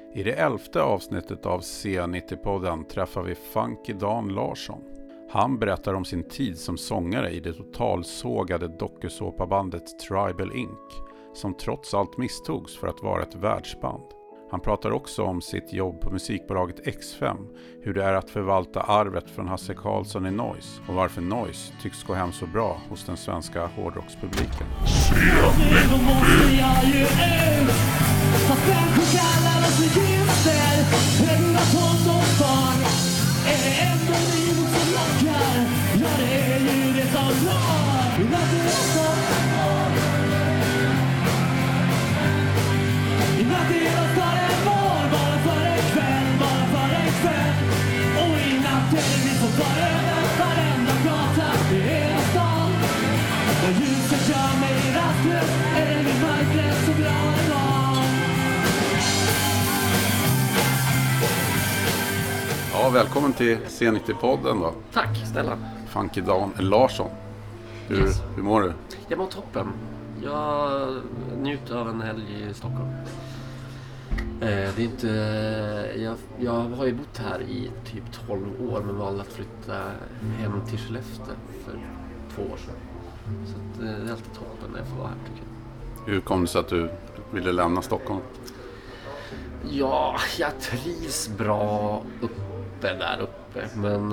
I det 11:e avsnittet av C90-podden träffar vi Funky Dan Larsson. Han berättar om sin tid som sångare i det totalsågade dokusåpabandet Tribal Inc. som trots allt misstogs för att vara ett världsband. Han pratar också om sitt jobb på musikbolaget X5, hur det är att förvalta arvet från Hasse Karlsson i Noise och varför Noise tycks gå hem så bra hos den svenska hårdrockspubliken. Ja, välkommen till C90-podden då. Tack, snälla. Funky Dan Larsson. Hur mår du? Jag mår toppen. Jag njuter av en helg i Stockholm. Det är inte... Jag har ju bott här i typ 12 år men valde att flytta hem till Skellefteå för 2 år sedan. Så att, det är alltid toppen när jag får vara här, tycker jag. Hur kom det sig att du ville lämna Stockholm? Ja, jag trivs bra där uppe. Men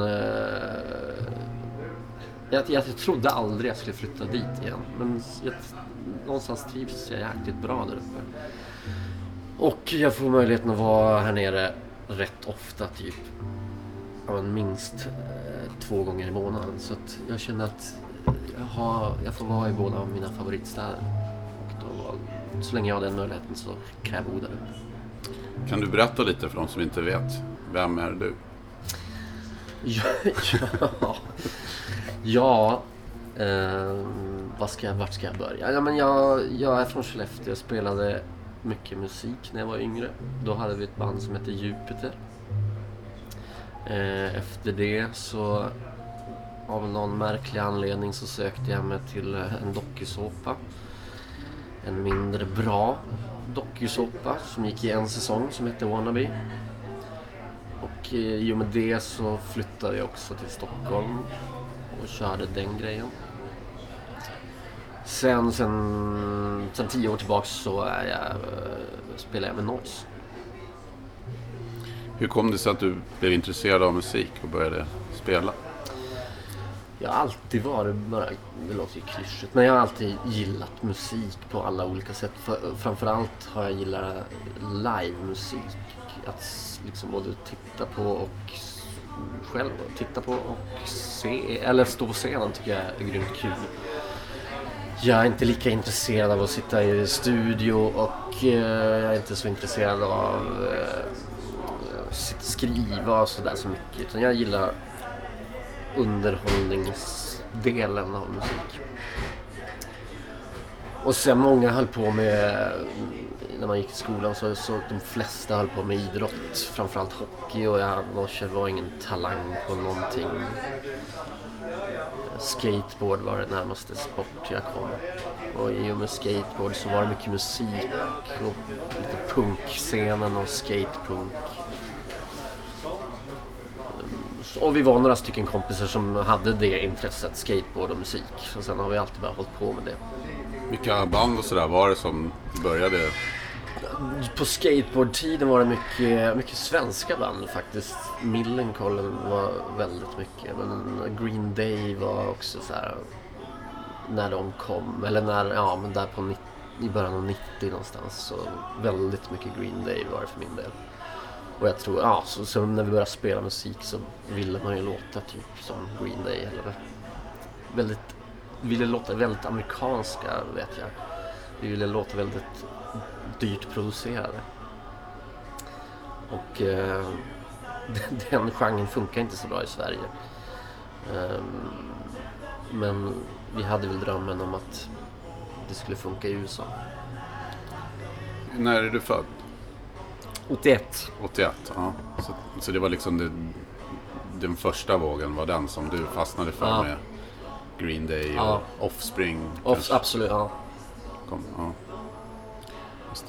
jag trodde aldrig jag skulle flytta dit igen. Men någonstans trivs jag jäkligt bra där uppe. Och jag får möjligheten att vara här nere rätt ofta, typ minst 2 gånger i månaden. Så att jag känner att jag får vara i båda av mina favoritstäder. Och då, så länge jag har den möjligheten så kan jag bo där uppe. Kan du berätta lite för de som inte vet? Vem är du? Vart ska jag börja? Ja, men jag är från Skellefteå. Jag spelade mycket musik när jag var yngre. Då hade vi ett band som hette Jupiter. Efter det så av någon märklig anledning så sökte jag mig till en dokusåpa. En mindre bra dokusåpa som gick i en säsong som hette Wannabe. Och i och med det så flyttade jag också till Stockholm och körde den grejen. Sen 10 år tillbaka så spelar jag med Noise. Hur kom det sig att du blev intresserad av musik och började spela? Jag har alltid varit, det låter ju klyschigt, men jag har alltid gillat musik på alla olika sätt. Framförallt har jag gillat livemusik. Att liksom både titta på och själv titta på och se, eller stå på scenen tycker jag är grymt kul. Jag är inte lika intresserad av att sitta i studio och jag är inte så intresserad av att skriva och sådär så mycket. Utan jag gillar underhållningsdelen av musik. Och sen många höll på med, när man gick i skolan så de flesta höll på med idrott, framförallt hockey, och jag var ingen talang på någonting. Skateboard var det närmaste sport jag kom. Och i och med skateboard så var det mycket musik och lite punkscenen och skatepunk. Och vi var några stycken kompisar som hade det intresset, skateboard och musik. Och sen har vi alltid bara hållit på med det. Vilka band och sådär var det som började? På skateboardtiden var det mycket svenska band faktiskt. Millencolin var väldigt mycket. Men Green Day var också så här när de kom. Eller men där i början av 90 någonstans. Så väldigt mycket Green Day var det för min del. Och jag tror, så när vi började spela musik så ville man ju låta typ som Green Day. Eller ville låta väldigt amerikanska, vet jag. Vi ville låta väldigt dyrt producerade. Och den genren funkar inte så bra i Sverige. Men vi hade väl drömmen om att det skulle funka i USA. När är du född? 81. 81, ja. Så det var liksom den första vågen var den som du fastnade för med Green Day och Offspring. Absolut, ja. Ja. Just det.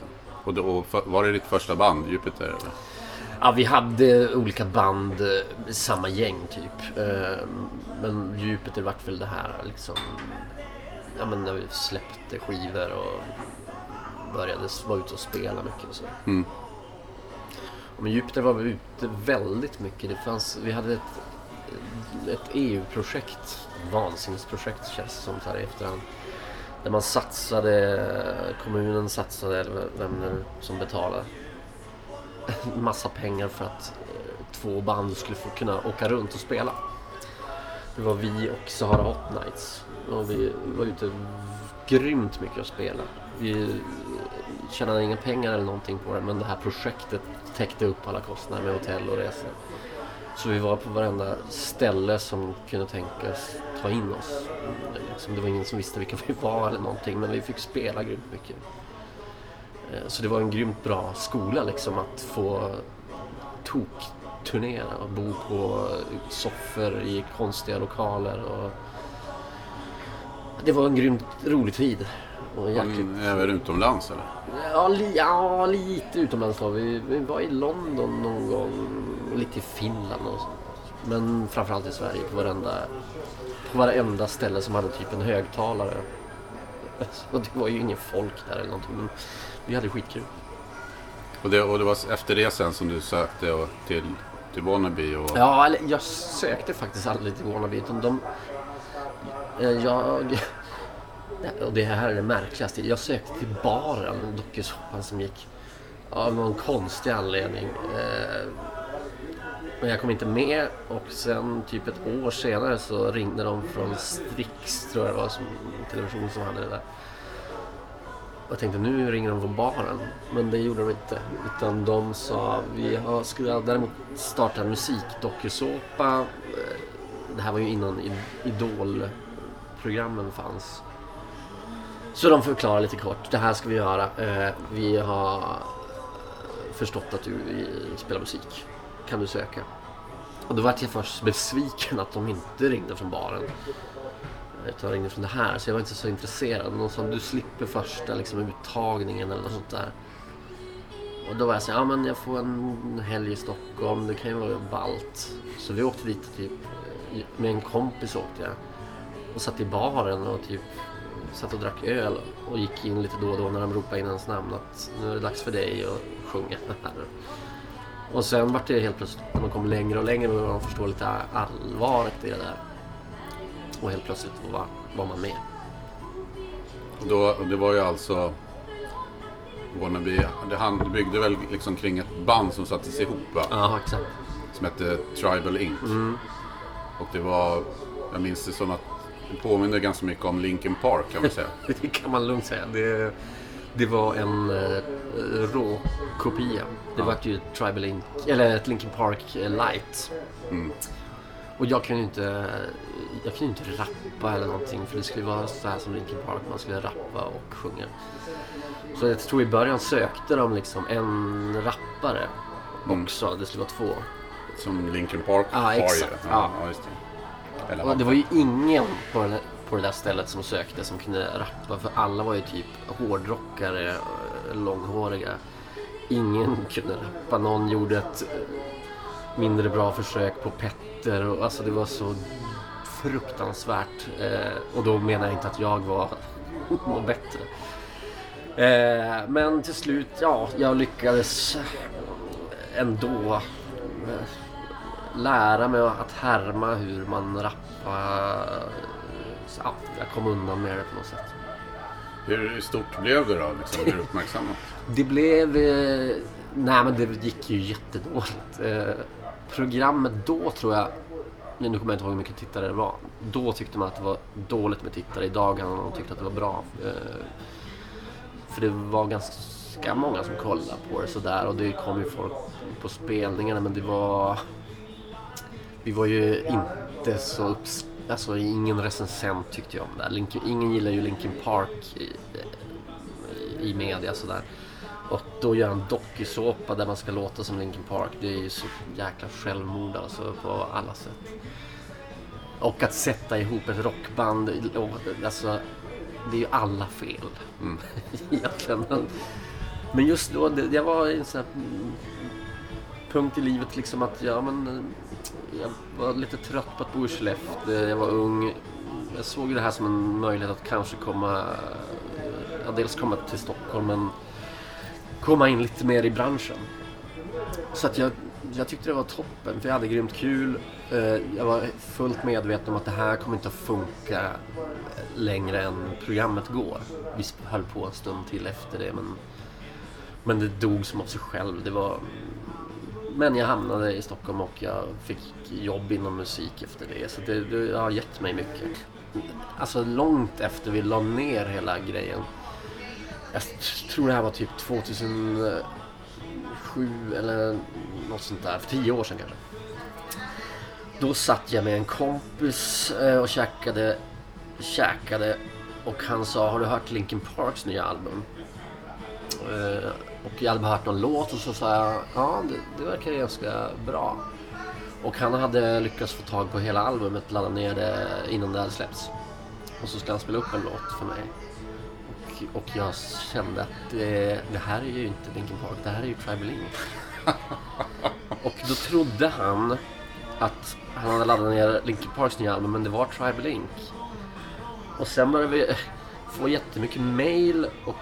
Och då, var det ditt första band, Jupiter? Eller? Ja, vi hade olika band, samma gäng typ. Men Jupiter vart väl det här liksom... Ja, men när vi släppte skivor och började vara ute och spela mycket och så. Mm. Och med Jupiter var vi ute väldigt mycket. Vi hade ett EU-projekt, vansinnesprojekt känns det som så här i efterhand. Där man kommunen satsade, eller vem det som betalade, en massa pengar för att 2 band skulle få kunna åka runt och spela. Det var vi och Sahara Hot Nights. Och vi var ute grymt mycket att spela. Vi tjänade inga pengar eller någonting på det, men det här projektet täckte upp alla kostnader med hotell och resor. Så vi var på varenda ställe som kunde tänkas ta in oss. Det var ingen som visste vilka vi var eller någonting, men vi fick spela grymt mycket. Så det var en grymt bra skola liksom, att få tokturnera och bo på soffor i konstiga lokaler. Och det var en grymt rolig tid. Och även utomlands eller? Ja, lite utomlands var vi. Vi var i London någon gång, lite i Finland och så. Men framförallt i Sverige på varenda ställe som hade typ en högtalare. Och det var ju ingen folk där eller någonting, men vi hade skitkul. Och det var efter det sen som du sökte till Wannabe? Och... Ja, eller jag sökte faktiskt aldrig till Wannabe. Och det här är det märkligaste. Jag sökte till baren, dokusåpan som gick av någon konstig anledning. Men jag kom inte med, och sen typ ett år senare så ringde de från Strix, tror jag det var, som television som hade det där. Jag tänkte, nu ringer de från baren, men det gjorde de inte. Utan de sa, skulle däremot starta en musikdokusåpa. Det här var ju innan Idol-programmen fanns. Så de förklarar lite kort, det här ska vi göra. Vi har förstått att du spelar musik. Kan du söka? Och då var jag först besviken att de inte ringde från baren. Utan ringde från det här. Så jag var inte så intresserad. Någon sa, du slipper första liksom, uttagningen eller något sånt där. Och då var jag så, ja men jag får en helg i Stockholm. Det kan ju vara ballt. Så vi åkte dit typ, med en kompis åkte jag. Och satt i baren och typ satt och drack öl. Och gick in lite då och då när de ropade in ens namn. Att nu är det dags för dig att sjunga här. Och sen var det helt plötsligt, när man kom längre och längre, och man förstår lite allvaret i det där. Och helt plötsligt var man med. Det var ju alltså Wannabe, det byggde väl liksom kring ett band som sattes ihop, va? Ja, exakt. Som hette Tribal Inc. Mm. Och det var, jag minns det som att det påminner ganska mycket om Linkin Park, kan man säga. Det kan man lugnt säga. Det var en rå kopia. Det var ju Tribal Inc. Eller ett Linkin Park Light. Mm. Och jag kunde inte rappa eller någonting, för det skulle vara så här som Linkin Park, man skulle rappa och sjunga. Så jag tror i början sökte de liksom en rappare också, det skulle vara 2. Som Linkin Park har ju. Ja, just det. Eller och det var ju ingen på det där stället som sökte som kunde rappa, för alla var ju typ hårdrockare, långhåriga. Ingen kunde rappa, någon gjorde ett mindre bra försök på Petter, och alltså det var så fruktansvärt. Och då menar jag inte att jag var bättre. Men till slut, ja, jag lyckades ändå lära mig att härma hur man rappar. Så, ja, jag kom undan med det på något sätt. Hur stort blev det då? Liksom, hur uppmärksammat? Det blev... nej, men det gick ju jättedåligt. Programmet då, tror jag... Nu kommer jag inte ihåg hur mycket tittare det var. Då tyckte man att det var dåligt med tittare. Idag hade man tyckt att det var bra. För det var ganska många som kollade på det sådär. Och det kom ju folk på spelningarna. Men det var... Vi var ju inte så... Alltså ingen recensent tyckte jag om det. Ingen gillar ju Linkin Park i media sådär. Och då gör en dokusåpa där man ska låta som Linkin Park. Det är ju så jäkla självmord alltså, på alla sätt. Och att sätta ihop ett rockband, alltså det är ju alla fel. Egentligen. Men just då, jag var i en sån här punkt i livet liksom att jag var lite trött på att bo i Skellefteå. Jag var ung. Jag såg det här som en möjlighet att kanske dels komma till Stockholm, men komma in lite mer i branschen. Så att jag tyckte det var toppen, för jag hade grymt kul. Jag var fullt medveten om att det här kommer inte att funka längre än programmet går. Vi höll på en stund till efter det, men det dog som av sig själv. Men jag hamnade i Stockholm och jag fick jobb inom musik efter det. Så det har gett mig mycket. Alltså långt efter vi la ner hela grejen. Jag tror det här var typ 2007 eller något sånt där. För 10 år sedan kanske. Då satt jag med en kompis och käkade. Och han sa, har du hört Linkin Parks nya album? Och jag hade bara hört någon låt och så sa jag, ja det verkar ganska bra. Och han hade lyckats få tag på hela albumet, ladda ner det innan det hade släppts. Och så skulle han spela upp en låt för mig. Och jag kände att det här är ju inte Linkin Park, det här är ju Tribal Ink. Och då trodde han att han hade laddat ner Linkin Parks nya album, men det var Tribal Ink. Och sen började vi få jättemycket mail och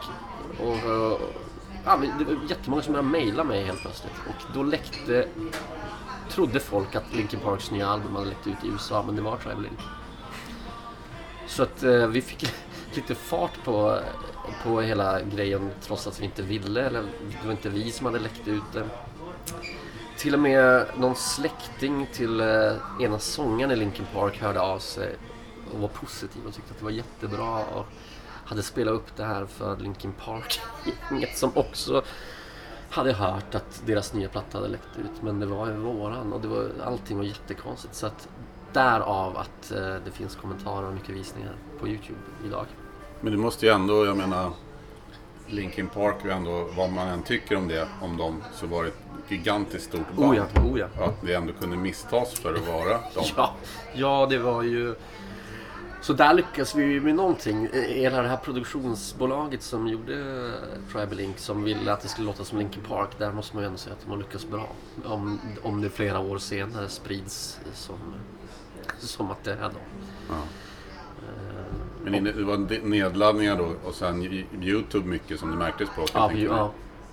det var jättemånga som började mejla mig helt plötsligt. Och då trodde folk att Linkin Parks nya album hade läckt ut i USA, men det var Tribal Ink. Så att vi fick lite fart på hela grejen, trots att vi inte ville, eller det var inte vi som hade läckt ut det. Till och med någon släkting till ena sångaren i Linkin Park hörde av sig och var positiv och tyckte att det var jättebra och hade spelat upp det här för Linkin Park-gänget som också hade hört att deras nya platta hade läckt ut, men det var ju våran och allting var jättekonstigt, så att därav att det finns kommentarer och mycket visningar på YouTube idag. Men det måste ju ändå, jag menar, Linkin Park är ändå, vad man än tycker om dem, så var det ett gigantiskt stort band. Oh ja. Att det ändå kunde misstas för att vara dem. Ja, det var ju... Så där lyckas vi med någonting. Hela det här produktionsbolaget som gjorde Tribal Ink, som ville att det skulle låta som Linkin Park, där måste man ju ändå säga att de har lyckats bra. Om det flera år senare sprids som att det är då. Ja. Men det var nedladdningar då och sen YouTube mycket som det märktes på. Ja.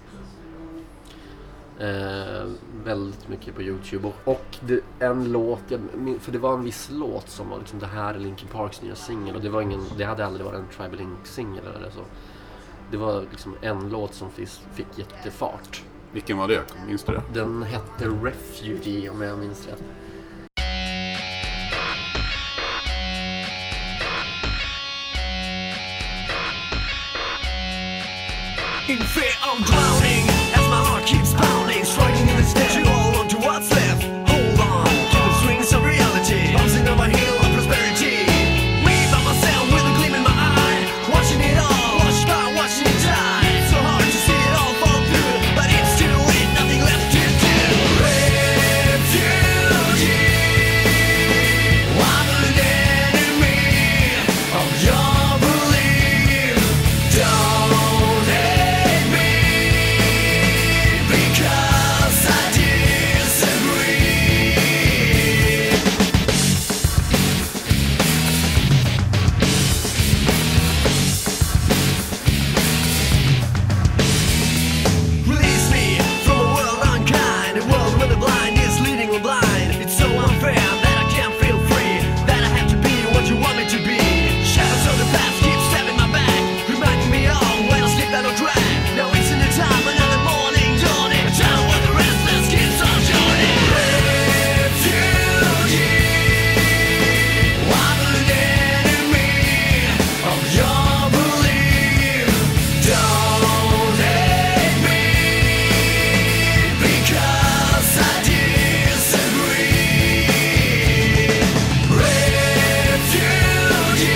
Väldigt mycket på YouTube och en låt, för det var en viss låt som var liksom, det här är Linkin Parks nya singel, och det hade aldrig varit en Tribal Ink singel eller så. Det var liksom en låt som fick jättefart. Vilken var det? Minns du det? Den hette Refugee, om jag minns rätt. In fear I'm drowning as my heart keeps pounding, striking in the stage, you hold on to what's left. Hold on to the strings of reality, bouncing on my heel of prosperity. Me by myself with a gleam in my eye, watching it all, watching it die. It's so hard to see it all fall through, but it's too late, nothing left to do. Refugee, I'm an enemy of your belief. Don't hate me because I disagree. Release me from a world unkind, a world where the blind is leading the blind. It's so unfair that I can't feel free, that I have to be what you want me to be. Shadows of the past keep stabbing my back, reminding me of when I sleep out of track. Now it's in the time, another morning dawning, a time where the restless keeps on joining. Refugee, I'm an enemy of your belief. Don't hate me because I disagree. Refugee,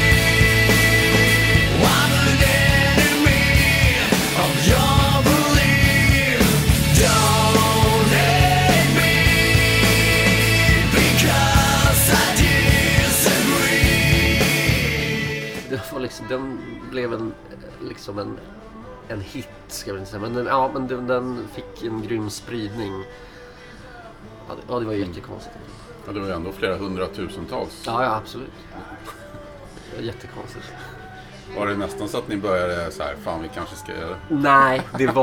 I'm an enemy of your belief. Don't hate me because I disagree. Det var liksom, den blev en en hit ska jag väl inte säga. Men den fick en grym spridning. Ja, det var jättekonstigt. Ja, det var ju ändå flera hundratusentals. Ja, absolut. Det var jättekonstigt. Var det nästan så att ni började så här, fan vi kanske ska göra det? Nej,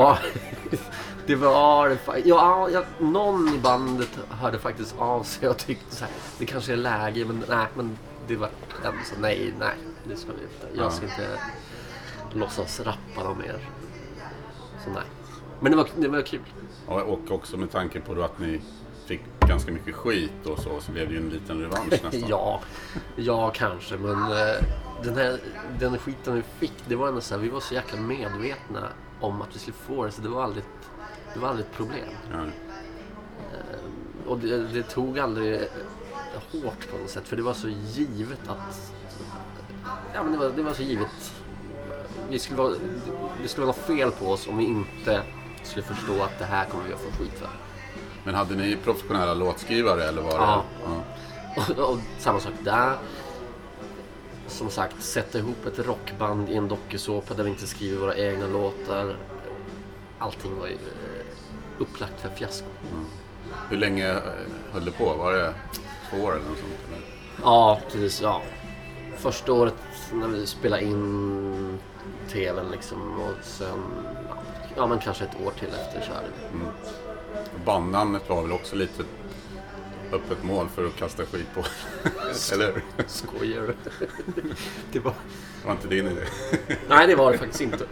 någon i bandet hörde faktiskt av sig och tyckte så här, det kanske är läge, men det var ändå så nej, det ska vi inte. Jag ska inte låtsas rappa dem mer. Så nej. Men det var kul. Och också med tanke på då att ni fick ganska mycket skit och så blev det ju en liten revansch nästan. ja, kanske, men den skiten vi fick, det var ändå så här, vi var så jäkla medvetna om att vi skulle få det, så det var aldrig ett problem. Ja. Och det tog aldrig hårt på något sätt, för det var så givet att det var så givet. Det skulle vara något fel på oss om vi inte skulle förstå att det här kommer vi att få skit för. Men hade ni professionella låtskrivare eller var det? Ja. Och samma sak där. Som sagt, sätta ihop ett rockband i en dokusåpa där vi inte skriver våra egna låtar. Allting var ju upplagt för fiasko. Mm. Hur länge höll det på? Var det 2 år eller något sånt? Eller? Ja, precis. Ja. Första året när vi spelade in tvn liksom, och sen men kanske ett år till efter körde vi. Mm. Bandnamnet var väl också lite öppet mål för att kasta skit på. Eller? Skojar. Det var inte din idé. Nej, det var det faktiskt inte.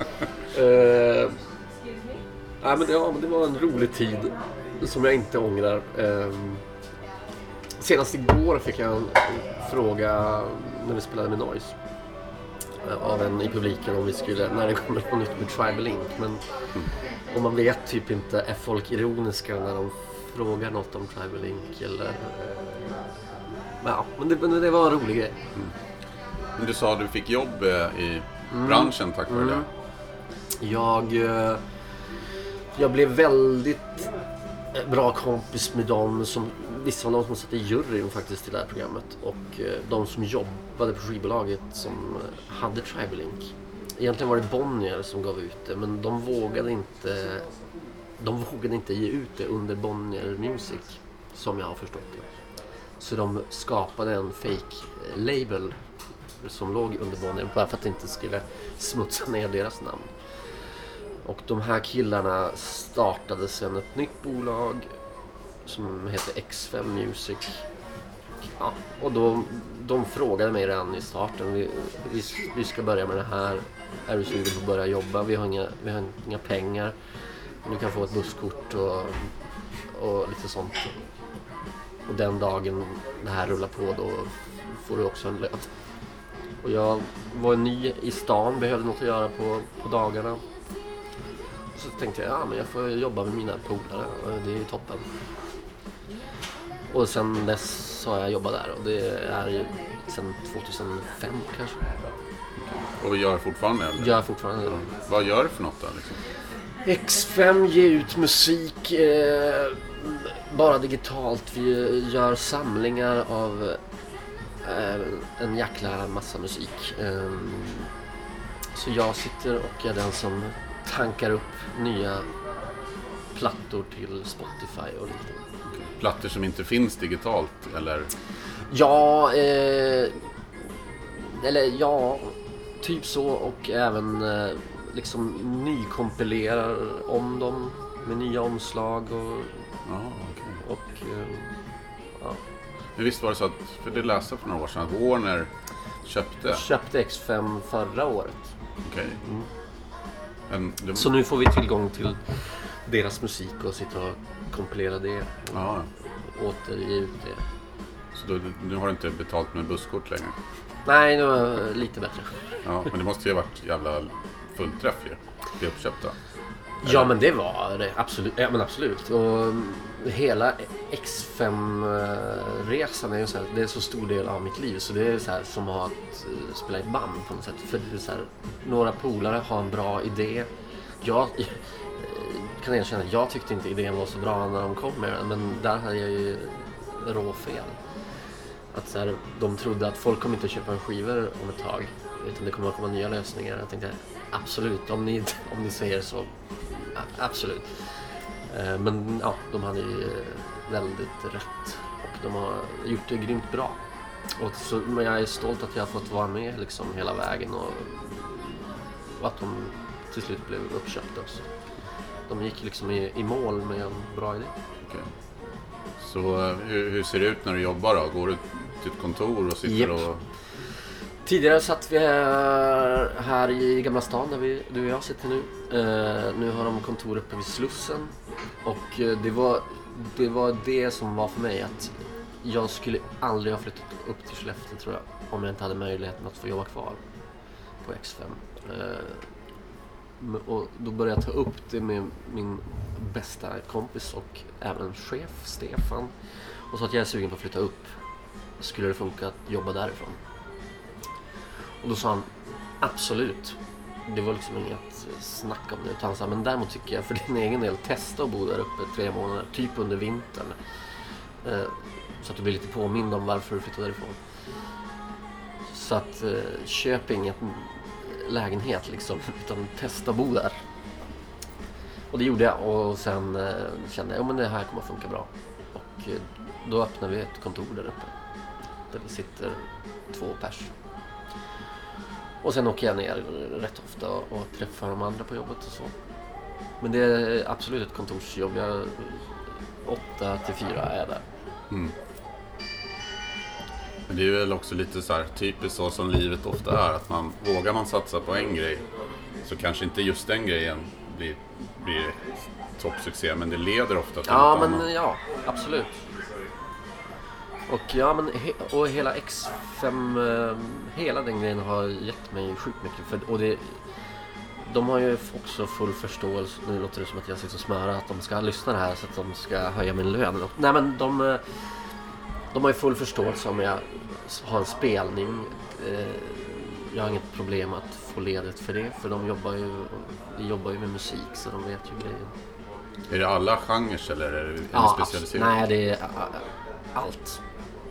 Men det var en rolig tid som jag inte ångrar. Senast igår fick jag en fråga när vi spelade med Noise av en i publiken om vi skulle, när det kommer något nytt med Tribal Inc. Men om man vet typ inte, är folk ironiska när de frågar något om Tribal Inc. Eller men det var en rolig grej. Men du sa att du fick jobb i branschen tack vare det. Jag blev väldigt bra kompis med dem som, vissa var de som satt i juryn faktiskt till det här programmet, och de som jobbade på skivbolaget som hade Tribal Inc. Egentligen var det Bonnier som gav ut det, men de vågade inte ge ut det under Bonnier Music, som jag har förstått det. Så de skapade en fake label som låg under Bonnier bara för att det inte skulle smutsa ner deras namn. Och de här killarna startade sen ett nytt bolag som heter X5 Music. Ja, och de frågade mig redan i starten, vi ska börja med det här. Är du sugen på att börja jobba? Vi har inga pengar. Du kan få ett busskort och lite sånt. Och den dagen det här rullar på, då får du också en lön. Och jag var ny i stan, behövde något att göra på dagarna. Så tänkte jag, men jag får jobba med mina polare, och det är ju toppen. Och sen dess har jag jobbat där, och det är ju sen 2005 kanske. Och gör fortfarande eller? Gör fortfarande. Ja. Vad gör du för något då liksom? X5 ger ut musik bara digitalt. Vi gör samlingar av en jäkla massa musik. Så jag sitter och är den som tankar upp nya plattor till Spotify och lite. Plattor som inte finns digitalt eller? Ja, typ så, och även liksom nykompilerar om dem med nya omslag och ja. Men visst var det så att, för det läste för några år sedan, att Warner köpte X5 förra året. Okej. Så nu får vi tillgång till deras musik och sitta och kompilera det och återge ut det. Så nu har du inte betalt med busskort längre? Nej, nu är det lite bättre. Ja, men det måste ju ha varit jävla fullträff ju, det uppköpta. Ja, men det var det, absolut. Ja, men absolut. Och hela X5-resan är ju så här, det är så stor del av mitt liv, så det är så här som att spela i ett band på något sätt. För det är så här, några polare har en bra idé. Jag kan erkänna att jag tyckte inte idén var så bra när de kom med den, men där hade jag ju råfel. Att så här, de trodde att folk kommer inte köpa en skivor om ett tag, utan det kommer att komma nya lösningar. Jag tänkte, Absolut, om ni säger så. Absolut. Men ja, de hade ju väldigt rätt. Och de har gjort det grymt bra. Men jag är stolt att jag har fått vara med liksom hela vägen. Och att de till slut blev uppköpta också. De gick liksom i mål med en bra idé. Okay. Så hur ser det ut när du jobbar då? Går du till ett kontor och sitter och... Tidigare satt vi här i Gamla stan där du och jag sitter nu. Nu har de kontor uppe vid Slussen. Och det var det som var för mig, att jag skulle aldrig ha flyttat upp till Skellefteå, tror jag, om jag inte hade möjligheten att få jobba kvar på X5. Och då började jag ta upp det med min bästa kompis och även chef Stefan, och så att jag är sugen på att flytta upp. Skulle det funka att jobba därifrån? Och då sa han absolut. Det var liksom inget snack om det, utan han sa, men däremot tycker jag för din egen del testa att bo där uppe 3 månader, typ under vintern, så att du blir lite påmind om varför du flyttade därifrån. Så att köp inget lägenhet liksom, utan testa bo där. Och det gjorde jag, och sen kände jag, men det här kommer att funka bra. Och då öppnade vi ett kontor där uppe där vi sitter 2 pers. Och sen åker jag ner rätt ofta och träffar de andra på jobbet och så. Men det är absolut ett kontorsjobb. 8 till 4 är där. Mm. Men det är väl också lite så här typiskt så som livet ofta är, att vågar man satsa på en grej så kanske inte just den grejen blir toppsuccé, men det leder ofta till något annat. Ja, absolut. Och ja, men och hela X5, hela den grejen har gett mig sjukt mycket. Och de har ju också full förståelse, nu låter det som att jag sitter och smörar, att de ska lyssna här så att de ska höja min lön. Nej, men de har ju full förståelse om jag har en spelning. Jag har inget problem att få ledigt för det, för de jobbar ju med musik, så de vet ju grejen. Är det alla genrer eller är det specialiserat? Nej, det är allt.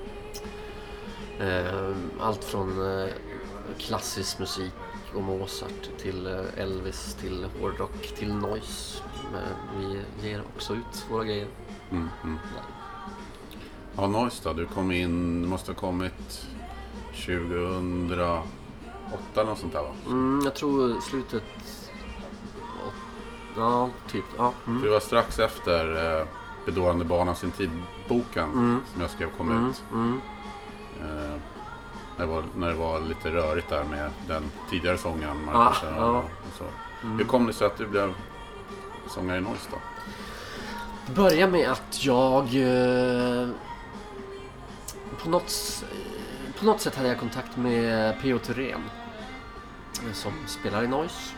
Allt från klassisk musik och Mozart till Elvis, till hårdrock, till noise. Men vi ger också ut våra grejer. Ja, noise då. Du måste ha kommit 2008 eller något sånt där, va? Jag tror slutet. Ja, typ. Ja. Det var strax efter Bedårande barn av sin tid-boken som jag skrev kom ut. När det var lite rörigt där med den tidigare sångaren Marcus och så. Hur kom det sig att du blev sångare i Noise då? Det började med att jag på något sätt hade jag kontakt med P.O. Thyrén som spelar i Noise.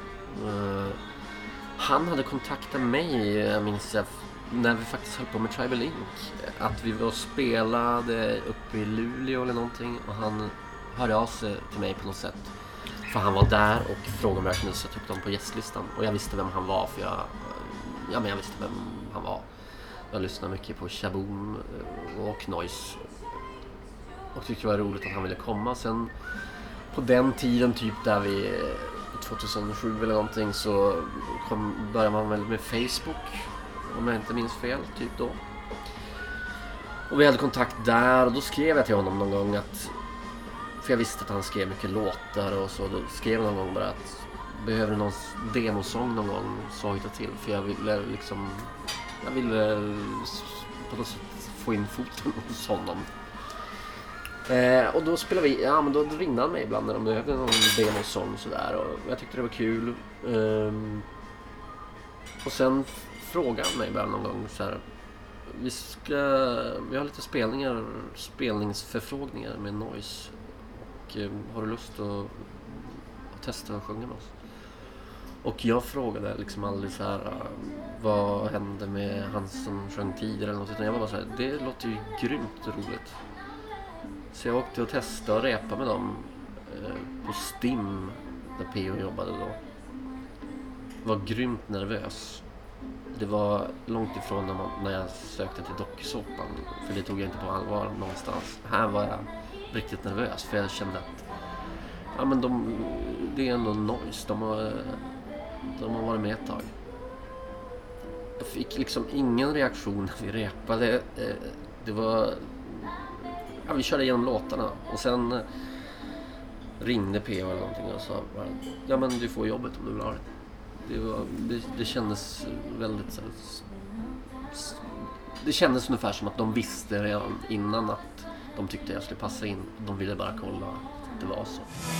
Han hade kontaktat mig, jag minns när vi faktiskt höll på med Tribal Inc. Att vi var och spelade uppe i Luleå eller någonting, och han hörde av sig till mig på något sätt. För han var där och frågade om jag kunde sätta upp dem på gästlistan. Och jag visste vem han var, för jag visste vem han var. Jag lyssnade mycket på Shaboom och Noise och tyckte det var roligt att han ville komma. Sen på den tiden, typ där vi 2007 eller någonting, så började man väl med Facebook, om jag inte minns fel, typ då. Och vi hade kontakt där, och då skrev jag till honom någon gång att, för jag visste att han skrev mycket låtar och så, då skrev jag någon gång bara att behöver du någon demosång någon gång, så hitta till, för jag ville på något sätt få in foten hos honom. Och då spelade vi, men då ringde han mig ibland när de behövde någon demosång och sådär, och jag tyckte det var kul. Och sen frågade han mig bara någon gång så här: vi har lite spelningsförfrågningar med Noise, och har du lust att testa att sjunga med oss? Och jag frågade liksom aldrig så här, vad hände med han som sjöng tidigare eller något, utan jag var bara så här, det låter ju grymt roligt. Så jag åkte och testade och repa med dem på Stim där P.O. jobbade då. Var grymt nervös. Det var långt ifrån när jag sökte till dokusåpan, för det tog jag inte på allvar någonstans. Här var jag riktigt nervös, för jag kände att Ja, men det är ändå Noise. De har varit med ett tag. Jag fick liksom ingen reaktion när vi repade. Det var... Ja, vi körde igenom låtarna. Och sen ringde PO eller någonting och sa bara, ja men du får jobbet om du vill ha det. Det kändes väldigt så här, det kändes ungefär som att de visste redan innan att de tyckte jag skulle passa in. De ville bara kolla att det var så.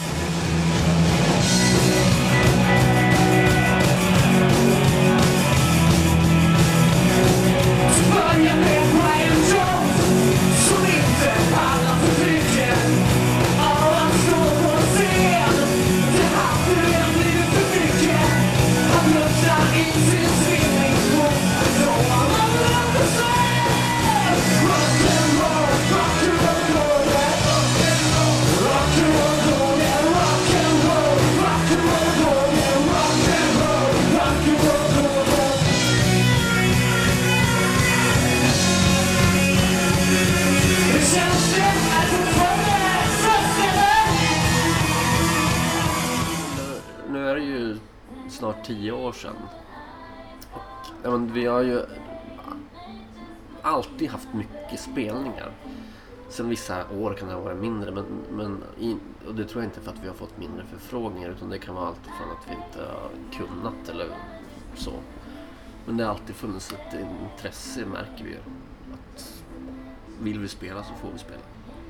Snart 10 år sedan. Ja, men vi har ju alltid haft mycket spelningar. Sen vissa år kan det ha varit mindre, och det tror jag inte för att vi har fått mindre förfrågningar, utan det kan vara alltid från att vi inte har kunnat eller så. Men det har alltid funnits ett intresse, märker vi ju. Att vill vi spela så får vi spela.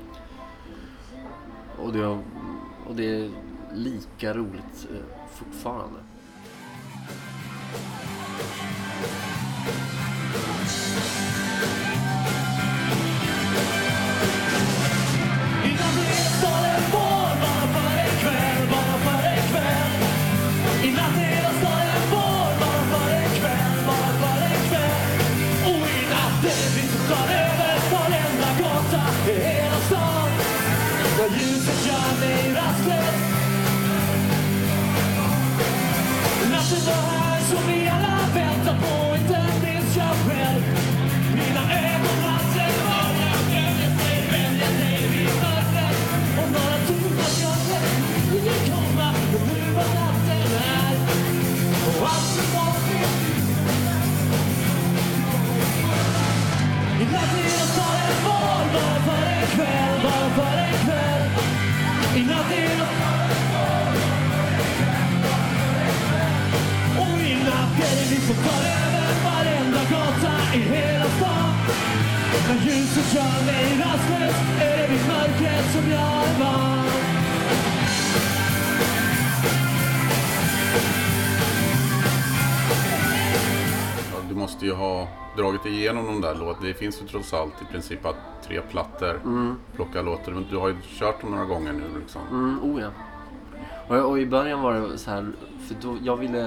Och det är lika roligt fortfarande. Du måste ju ha dragit igenom de där låtarna. Det finns ju trots allt i princip att 3 plattor plocka låtar. Men du har ju kört dem några gånger nu liksom. Ja. Och i början var det så här, för då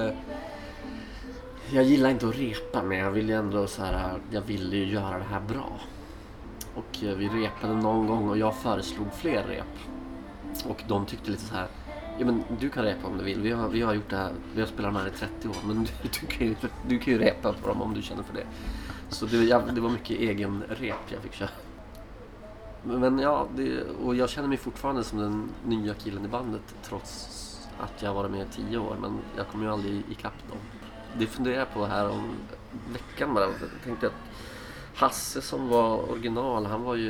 jag gillar inte att repa, men jag ville ändå så här, jag ville ju göra det här bra. Och vi repade någon gång och jag föreslog fler rep. Och de tyckte lite så här, ja men du kan repa om du vill. Vi har gjort det här, vi har spelat de här i 30 år, men du kan ju repa på dem om du känner för det. Så det var mycket egen rep jag fick köra. Men ja, och jag känner mig fortfarande som den nya killen i bandet trots att jag varit med 10 år, men jag kommer ju aldrig ikapp dem. Det funderar jag på här om veckan bara. Jag tänkte att Hasse som var original, han var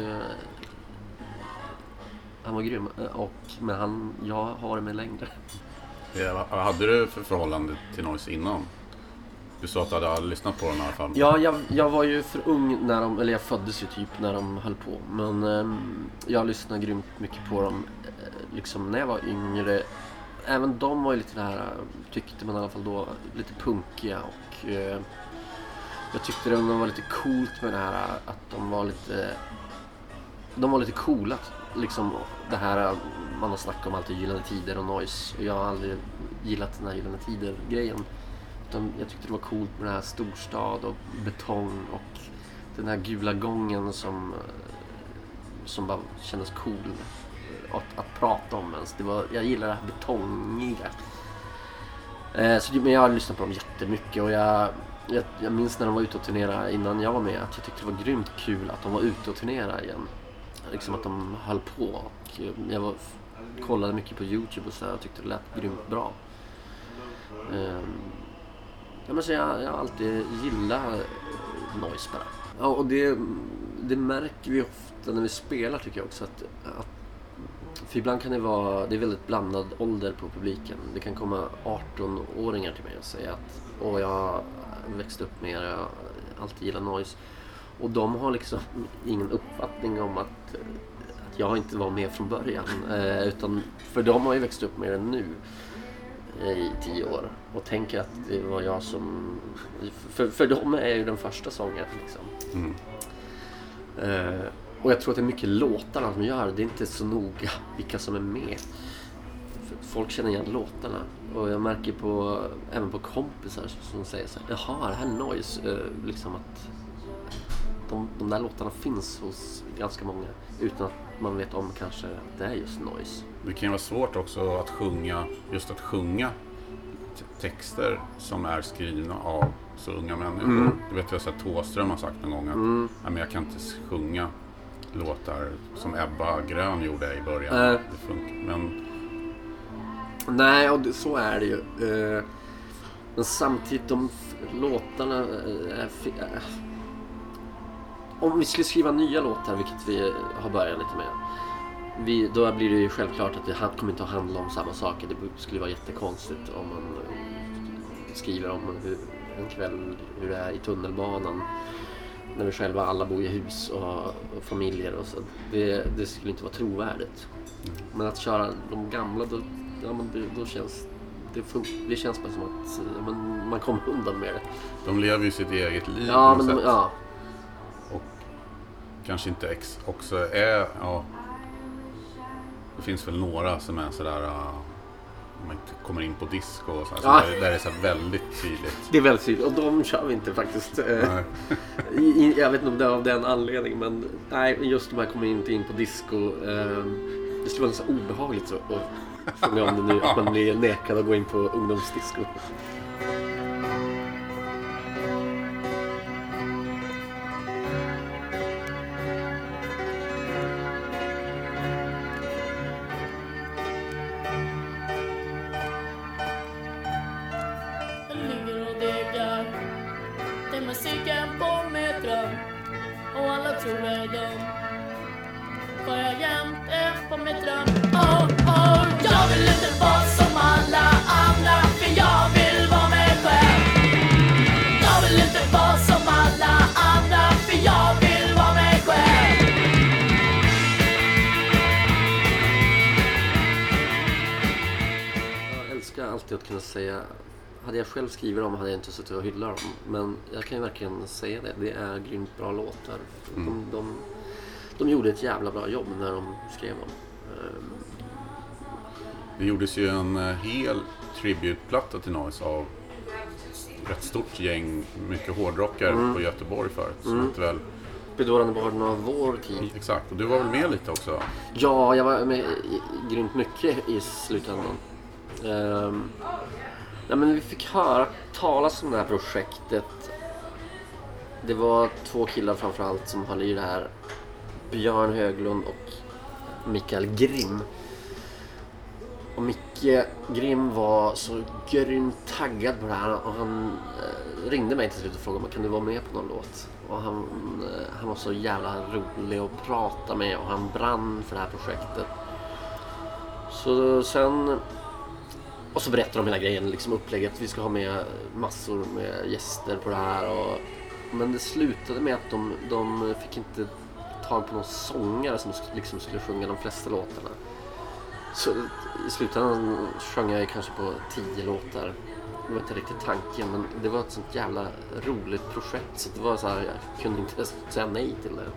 grym, men jag har varit med längre. Ja, vad hade du för förhållande till Noise innan? Du sa att du hade lyssnat på dem i alla fall. Ja, jag var ju för ung eller jag föddes ju typ när de höll på. Men jag lyssnade grymt mycket på dem liksom när jag var yngre. Även de var ju lite där, tyckte man i alla fall då, lite punkiga. Och jag tyckte det var lite coolt med det här att de var lite coola. Liksom det här man har snackat om alltid Gyllene Tider och Noise. Och jag har aldrig gillat den här Gyllene Tider-grejen. Jag tyckte det var coolt med den här storstad och betong och den här gula gången som bara kändes cool att prata om ens. Jag gillar det här betongiga. Men jag har lyssnat på dem jättemycket och jag minns när de var ute och turnerade innan jag var med att jag tyckte det var grymt kul att de var ute och turnerade igen. Liksom att de höll på. Och kollade mycket på YouTube och så här, och tyckte det lät grymt bra. Så jag har alltid gillat noise bara. Ja, och det märker vi ofta när vi spelar, tycker jag också, att för ibland kan det är väldigt blandad ålder på publiken. Det kan komma 18-åringar till mig och säga att jag växte upp med det, jag alltid gillar noise. Och de har liksom ingen uppfattning om att jag inte var med från början. Utan för de har ju växt upp med det nu i 10 år och tänker att det var jag som... För dem är jag ju den första sången liksom. Och jag tror att det är mycket låtarna som gör det. Det är inte så noga vilka som är med. Folk känner igen låtarna. Och jag märker även på kompisar som säger så här: jaha, det här är noise. Liksom att de där låtarna finns hos ganska många utan att man vet om kanske att det är just noise. Det kan ju vara svårt också att sjunga texter som är skrivna av så unga människor. Det vet jag att Thåström har sagt någon gång att men jag kan inte sjunga låtar som Ebba Grön gjorde i början. Det funkar, men... Nej, och så är det ju. Men samtidigt, de låtarna om vi skulle skriva nya låtar, vilket vi har börjat lite med, då blir det ju självklart att det kommer inte att handla om samma saker. Det skulle vara jättekonstigt om man skriver om en kväll hur det är i tunnelbanan när vi själva alla bor i hus och familjer och så. Det skulle inte vara trovärdigt. Men att köra de gamla, då känns det känns bara som att man kommer undan med det. De lever ju sitt eget liv. Ja, men ja. Och kanske inte också är... Ja, det finns väl några som är sådär... man inte kommer in på disco och så här, ja. Där är det så väldigt tydligt. Det är väldigt tydligt, och de kör vi inte faktiskt. Jag vet inte om det är av den anledningen, men nej, just de här kommer inte in på disco. Det skulle vara så obehagligt så att sjunga om det nu, att man blir nekad att gå in på ungdomsdisco. Att kunna säga, hade jag själv skrivit dem hade jag inte suttit och hyllat dem, men jag kan ju verkligen säga det är grymt bra låtar. De gjorde ett jävla bra jobb när de skrev dem. Det gjordes ju en hel tributplatta till Noise av ett stort gäng mycket hårdrockare på Göteborg förut. Som inte väl... Bedårande barn av vår tid. Exakt, och du var väl med lite också? Ja, jag var med grymt mycket i slutändan. Men vi fick höra talas om det här projektet. Det var 2 killar framförallt som höll i det här. Björn Höglund och Mikael Grimm. Och Micke Grimm var så grymt taggad på det här. Och han ringde mig till slut och frågade: kan du vara med på någon låt? Och han var så jävla rolig att prata med. Och han brann för det här projektet. Så sen... Och så berättar de hela grejen, liksom upplägget. Vi ska ha med massor med gäster på det här. Men det slutade med att de fick inte tag på någon sångare som liksom skulle sjunga de flesta låtarna. Så i slutändan sjöng jag kanske på 10 låtar. Det var inte riktigt tanken, men det var ett sånt jävla roligt projekt. Så det var så här, jag kunde inte säga nej till det.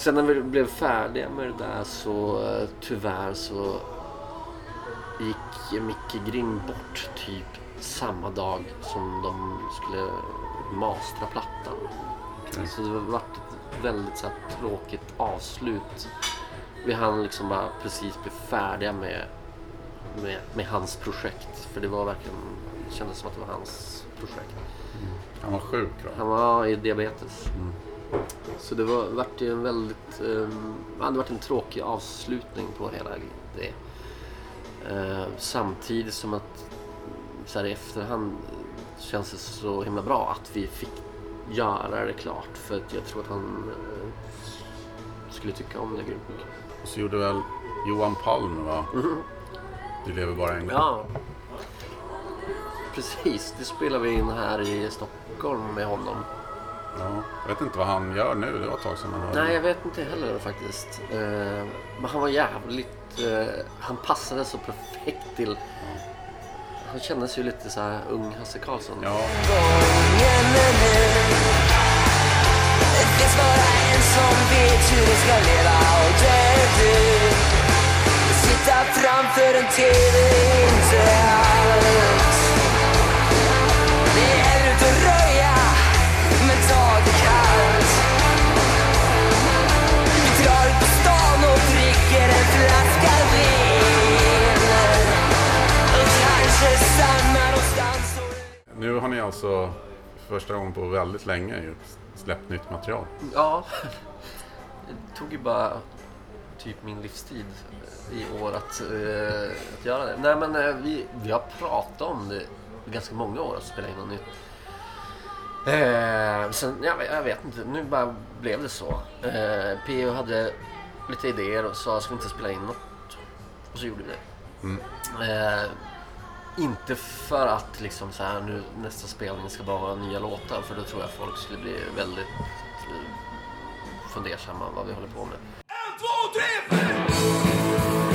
Sen när vi blev färdiga med det där så tyvärr så gick Micke Grimm bort typ samma dag som de skulle mastra plattan. Okay. Så det var ett väldigt så här tråkigt avslut. Vi hann liksom bara precis bli färdiga med hans projekt. För det var verkligen, det kändes som att det var hans projekt. Han var sjuk då? Han var i diabetes. Så det vart ju en väldigt det varit en tråkig avslutning på hela det. Samtidigt som att så här i efterhand känns det så himla bra att vi fick göra det klart. För att jag tror att han skulle tycka om det grymt mycket. Och så gjorde väl Johan Palm, va? Du lever bara en gång. Ja, precis. Det spelar vi in här i Stockholm med honom. Ja, jag vet inte vad han gör nu, det var ett tag sedan man hörde. Nej, jag vet inte heller faktiskt. Men han var jävligt... han passade så perfekt till... Han kändes ju lite så här ung Hasse Karlsson. Ja. Det finns bara en som vet hur det ska leva, och det är du. Sitta framför en TV är inte allt. Det är ut och röja, men ta det kallt. Vi drar ut på stan och dricker en flaska vin. Och kanske stannar någonstans. Nu har ni alltså första gången på väldigt länge släppt nytt material. Ja, det tog ju bara typ min livstid i år att göra det. Nej, men vi har pratat om det i ganska många år att spela in något nytt. Sen, jag vet inte, nu bara blev det så. P.O. hade lite idéer och sa att vi inte spela in något. Och så gjorde vi det. Inte för att liksom så här, nu nästa spelning ska bara vara nya låtar, för då tror jag folk skulle bli väldigt fundersamma vad vi håller på med. 1, 2, 3, 4!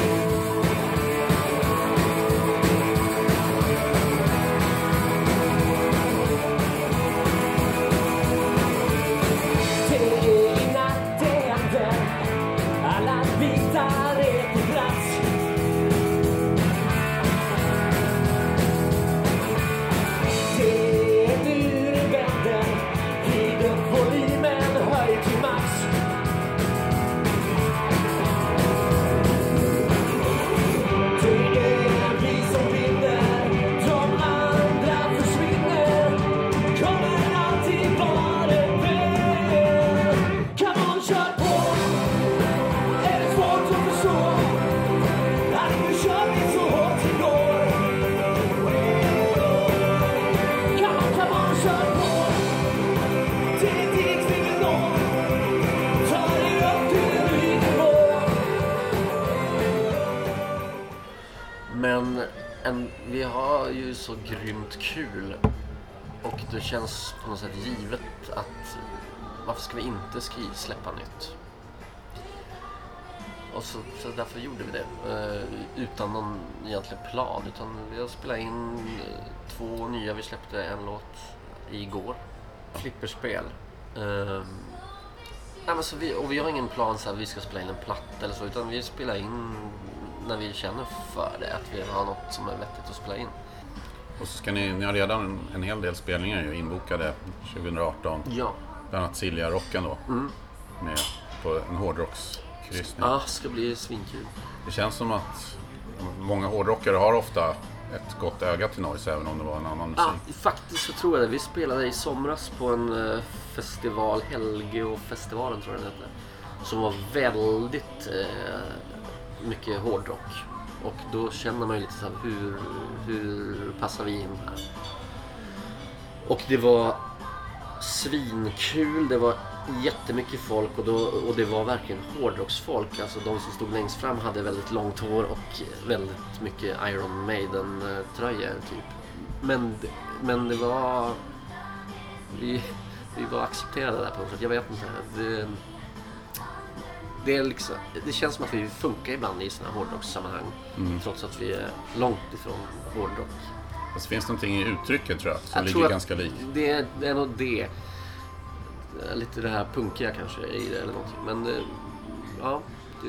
Men vi har ju så grymt kul och det känns på något sätt givet att varför ska vi inte släppa nytt? Och så därför gjorde vi det utan någon egentlig plan, utan vi har spelat in 2 nya, vi släppte en låt igår, flipperspel. Men så vi har ingen plan så att vi ska spela in en platta eller så, utan vi spelar in när vi känner för det, att vi har något som är vettigt att spela in. Och så ska ni har redan en hel del spelningar ju inbokade 2018. Ja. Bland annat Silja Rocken då. Med på en hårdrockskryssning. Ja, det ska bli svinkul. Det känns som att många hårdrockare har ofta ett gott öga till Noise, även om det var en annan musik. Ja, faktiskt så tror jag det. Vi spelade i somras på en festival, Helgeå-festivalen tror jag den hette, som var väldigt mycket hårdrock. Och då känner man ju lite så här, hur passar vi in här? Och det var svinkul, det var jättemycket folk och det var verkligen hårdrocksfolk. Alltså de som stod längst fram hade väldigt långt hår och väldigt mycket Iron Maiden-tröjor typ. Men det var... Vi var accepterade där på något sätt. Jag vet inte. Det är liksom, det känns som att vi funkar ibland i såna hårdrockssammanhang. Trots att vi är långt ifrån hårdrock. Fast finns någonting i uttrycket tror jag som ligger ganska likt. Det är nog det. lite det här punkiga kanske i det eller någonting. Men ja,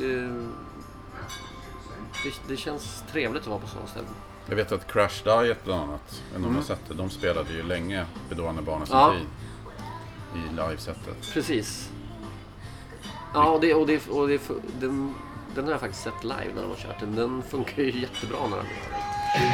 det känns trevligt att vara på sådana ställen. Jag vet att Crash Diet bland annat, de spelade ju länge Bedårande Barnens tid i livesättet. Precis. Ja, den har jag faktiskt sett live när de har kört den. Den funkar ju jättebra när de gör det.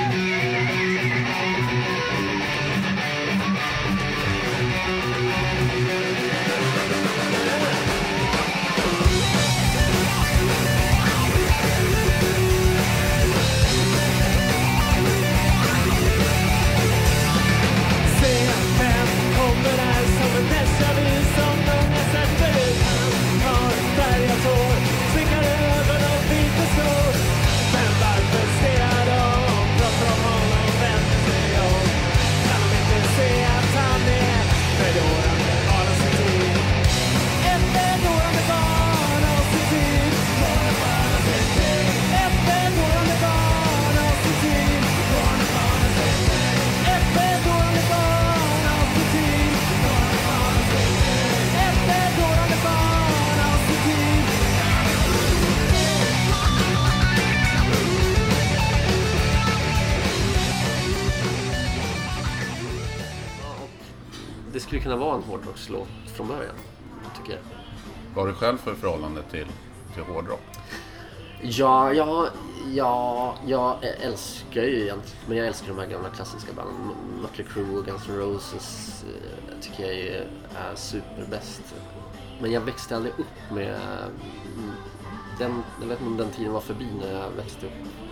Det skulle kunna vara en hårdrockslåt från början, tycker jag. Vad har du själv för förhållande till hårdrock? Ja, jag älskar ju egentligen, men jag älskar de här gamla klassiska banden. Mötley Crüe och Guns N' Roses tycker jag är superbäst. Men jag växte aldrig upp med jag vet inte om den tiden var förbi när jag växte upp.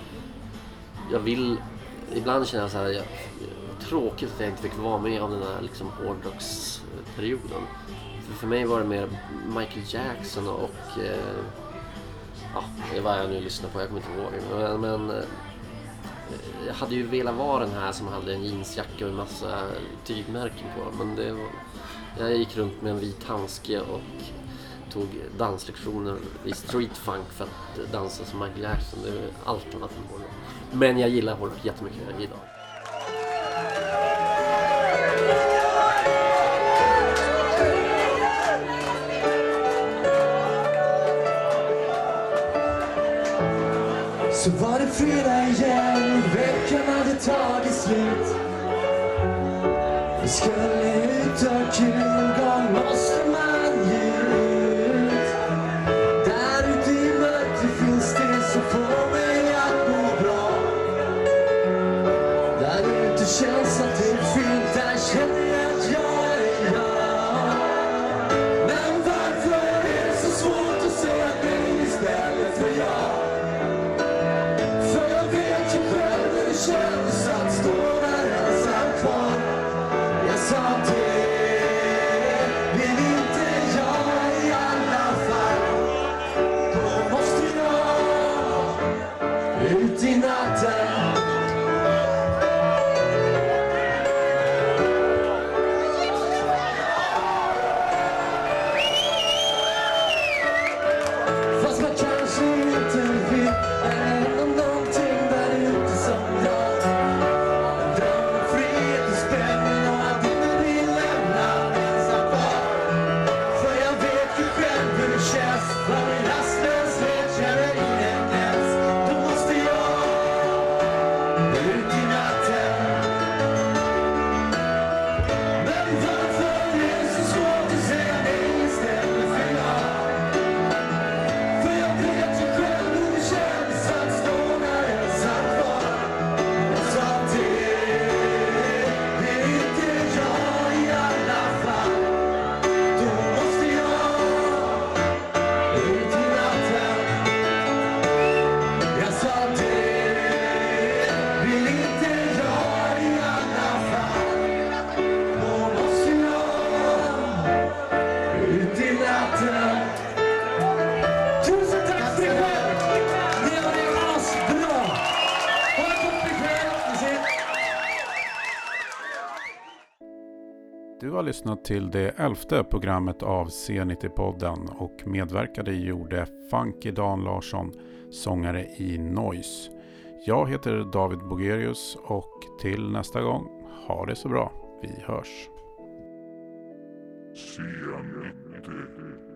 Ibland känner jag så här, tråkigt att jag inte fick vara med om den här liksom hårdrocksperioden. För mig var det mer Michael Jackson och vad jag nu lyssnar på, jag kommer inte ihåg. Men jag hade ju velat vara den här som hade en jeansjacka och en massa tygmärken på. Men jag gick runt med en vit handske och tog danslektioner i street funk för att dansa som Michael Jackson. Det är allt annat än hårdrock. Men jag gillar hårdrock jättemycket idag. Så var det fredag igen, veckan hade tagit slut. Vi skulle ut och kul, någon gång måste man ge ut. Där ute i mörkret finns det som får mig att må bra. Där ute känns att det är fint, där känner jag att jag är jag. Men varför är det så svårt att säga nej istället för jag? Känns att stå där ensam kvar. Jag sa det, vill inte jag i alla fall. Då måste jag ut i natten. Fast man kanske inte vill. Du har lyssnat till det 11:e programmet av C90-podden och medverkade gjorde Funky Dan Larsson, sångare i Noise. Jag heter David Bogerius och till nästa gång, ha det så bra, vi hörs. C90